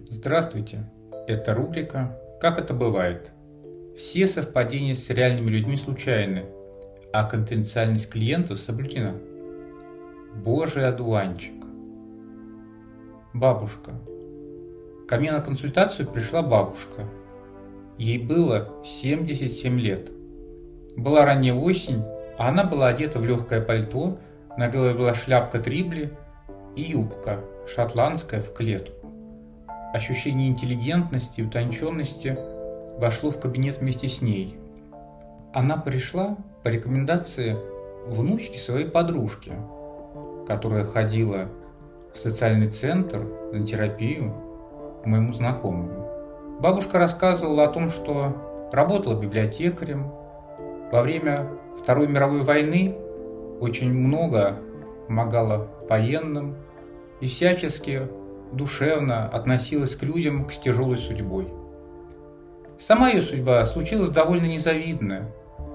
Здравствуйте! Это рубрика «Как это бывает?». Все совпадения с реальными людьми случайны, а конфиденциальность клиентов соблюдена. Божий одуванчик. Бабушка. Ко мне на консультацию пришла бабушка. Ей было 77 лет. Была ранняя осень, а она была одета в легкое пальто, на голове была шляпка трибли и юбка шотландская в клетку. Ощущение интеллигентности и утонченности вошло в кабинет вместе с ней. Она пришла по рекомендации внучки своей подружки, которая ходила в социальный центр на терапию к моему знакомому. Бабушка рассказывала о том, что работала библиотекарем. Во время Второй мировой войны очень много помогала военным и всячески душевно относилась к людям с тяжелой судьбой. Сама ее судьба случилась довольно незавидная.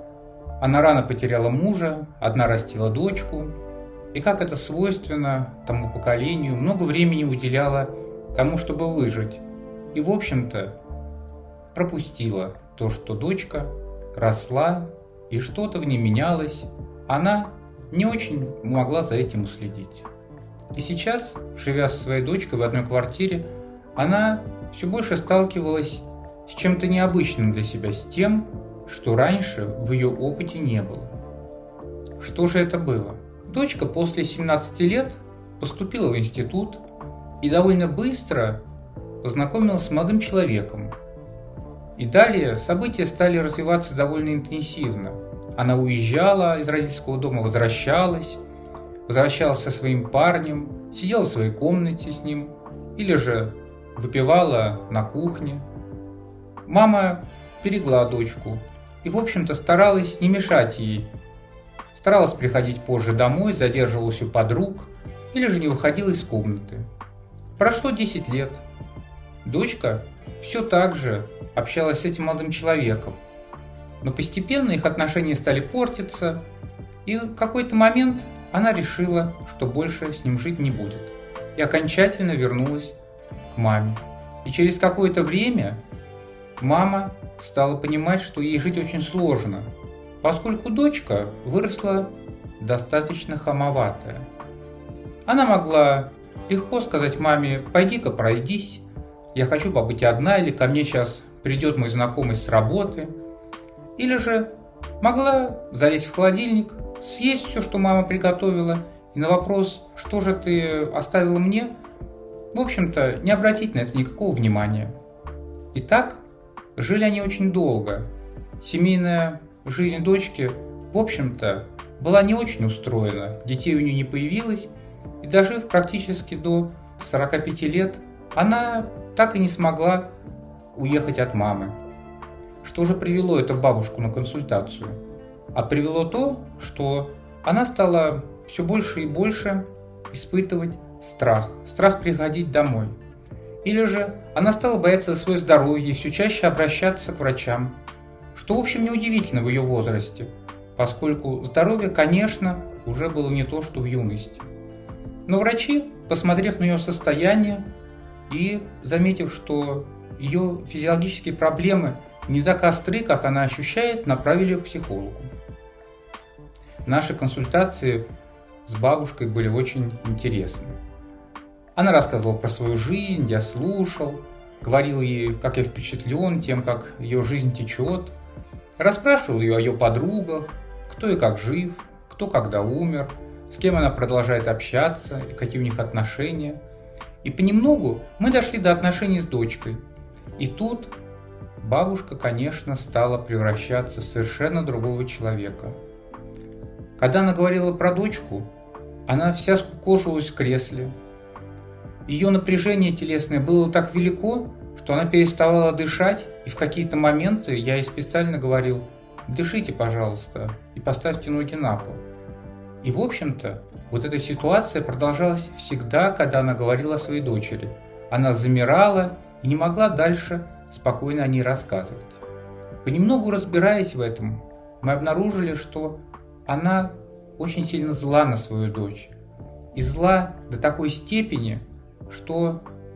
Она рано потеряла мужа, одна растила дочку, и, как это свойственно тому поколению, много времени уделяла тому, чтобы выжить. И, в общем-то, пропустила то, что дочка росла, и что-то в ней менялось. Она не очень могла за этим уследить. И сейчас, живя со своей дочкой в одной квартире, она все больше сталкивалась с чем-то необычным для себя, с тем, что раньше в ее опыте не было. Что же это было? Дочка после 17 лет поступила в институт и довольно быстро познакомилась с молодым человеком. И далее события стали развиваться довольно интенсивно. Она уезжала из родительского дома, возвращалась со своим парнем, сидела в своей комнате с ним, или же выпивала на кухне. Мама берегла дочку и, в общем-то, старалась не мешать ей. Старалась приходить позже домой, задерживалась у подруг, или же не выходила из комнаты. Прошло 10 лет. Дочка все так же общалась с этим молодым человеком, но постепенно их отношения стали портиться, и в какой-то момент она решила, что больше с ним жить не будет, и окончательно вернулась к маме. И через какое-то время мама стала понимать, что ей жить очень сложно, поскольку дочка выросла достаточно хамоватая. Она могла легко сказать маме: «Пойди-ка пройдись, я хочу побыть одна», или «ко мне сейчас придет мой знакомый с работы», или же могла залезть в холодильник, съесть все, что мама приготовила, и на вопрос «что же ты оставила мне?», в общем-то, не обратить на это никакого внимания. И так жили они очень долго. Семейная жизнь дочки, в общем-то, была не очень устроена, детей у нее не появилось, и дожив практически до 45 лет, она так и не смогла уехать от мамы. Что же привело эту бабушку на консультацию? А привело то, что она стала все больше и больше испытывать страх приходить домой. Или же она стала бояться за свое здоровье и все чаще обращаться к врачам, что, в общем, неудивительно в ее возрасте, поскольку здоровье, конечно, уже было не то, что в юности. Но врачи, посмотрев на ее состояние и заметив, что ее физиологические проблемы не так остры, как она ощущает, направили ее к психологу. Наши консультации с бабушкой были очень интересны. Она рассказывала про свою жизнь, я слушал, говорил ей, как я впечатлен тем, как ее жизнь течет, расспрашивал ее о ее подругах, кто и как жив, кто когда умер, с кем она продолжает общаться, и какие у них отношения. И понемногу мы дошли до отношений с дочкой. И тут бабушка, конечно, стала превращаться в совершенно другого человека. Когда она говорила про дочку, она вся скукожилась в кресле. Ее напряжение телесное было так велико, что она переставала дышать, и в какие-то моменты я ей специально говорил: «Дышите, пожалуйста, и поставьте ноги на пол». И, в общем-то, вот эта ситуация продолжалась всегда, когда она говорила о своей дочери. Она замирала и не могла дальше спокойно о ней рассказывать. Понемногу разбираясь в этом, мы обнаружили, что она очень сильно зла на свою дочь. И зла до такой степени, что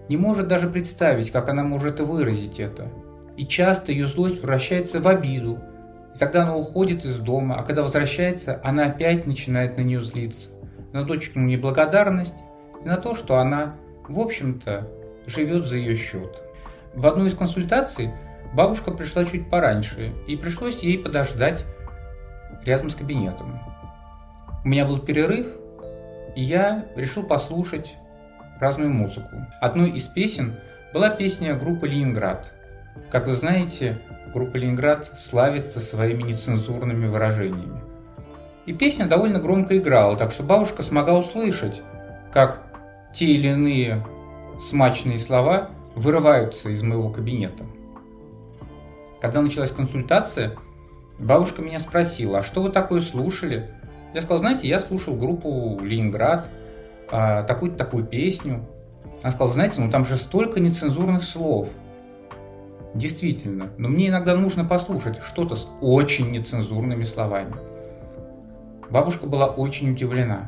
не может даже представить, как она может выразить это. И часто ее злость превращается в обиду, и тогда она уходит из дома, а когда возвращается, она опять начинает на нее злиться, на дочкину неблагодарность и на то, что она, в общем-то, живет за ее счет. В одну из консультаций бабушка пришла чуть пораньше, и пришлось ей подождать рядом с кабинетом. У меня был перерыв, и я решил послушать разную музыку. Одной из песен была песня группы «Ленинград». Как вы знаете, группа «Ленинград» славится своими нецензурными выражениями. И песня довольно громко играла, так что бабушка смогла услышать, как те или иные смачные слова вырываются из моего кабинета. Когда началась консультация, бабушка меня спросила: а что вы такое слушали? Я сказал: знаете, я слушал группу «Ленинград», такую-то такую песню. Она сказала: знаете, там же столько нецензурных слов. Действительно, но мне иногда нужно послушать что-то с очень нецензурными словами. Бабушка была очень удивлена.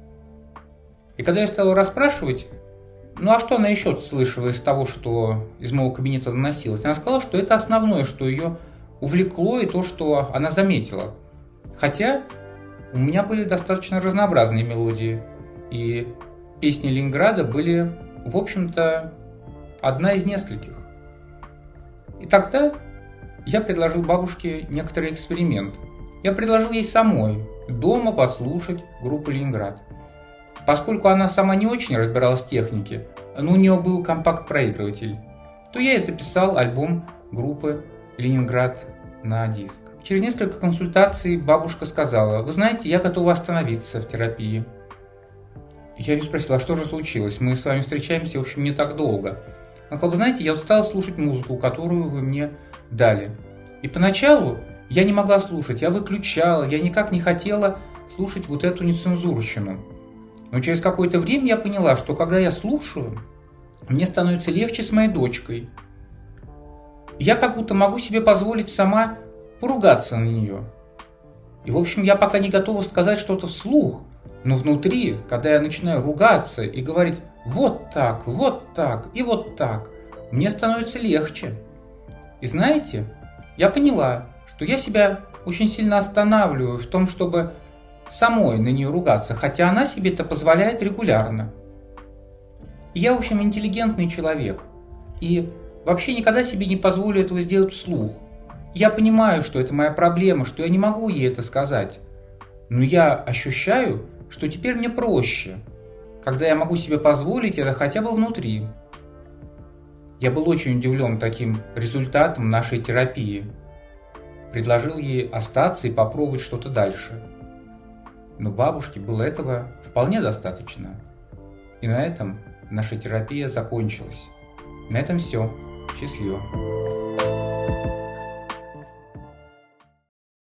И когда я стал расспрашивать, а что она еще слышала из того, что из моего кабинета доносилось, она сказала, что это основное, что ее увлекло, и то, что она заметила. Хотя у меня были достаточно разнообразные мелодии, и песни Ленинграда были, в общем-то, одна из нескольких. И тогда я предложил бабушке некоторый эксперимент. Я предложил ей самой дома послушать группу «Ленинград». Поскольку она сама не очень разбиралась в технике, но у нее был компакт-проигрыватель, то я и записал альбом группы «Ленинград» на диск. Через несколько консультаций бабушка сказала: вы знаете, я готова остановиться в терапии. Я ее спросил: а что же случилось? Мы с вами встречаемся, в общем, не так долго. Она сказала: вы знаете, я устала слушать музыку, которую вы мне дали. И поначалу я не могла слушать, я выключала, я никак не хотела слушать вот эту нецензурщину. Но через какое-то время я поняла, что когда я слушаю, мне становится легче с моей дочкой. Я как будто могу себе позволить сама поругаться на нее. И, в общем, я пока не готова сказать что-то вслух, но внутри, когда я начинаю ругаться и говорить вот так и вот так, мне становится легче. И знаете, я поняла, что я себя очень сильно останавливаю в том, чтобы самой на нее ругаться, хотя она себе это позволяет регулярно. И я, в общем, интеллигентный человек. И вообще никогда себе не позволю этого сделать вслух. Я понимаю, что это моя проблема, что я не могу ей это сказать. Но я ощущаю, что теперь мне проще, когда я могу себе позволить это хотя бы внутри. Я был очень удивлен таким результатом нашей терапии. Предложил ей остаться и попробовать что-то дальше. Но бабушке было этого вполне достаточно. И на этом наша терапия закончилась. На этом все. Счастливо.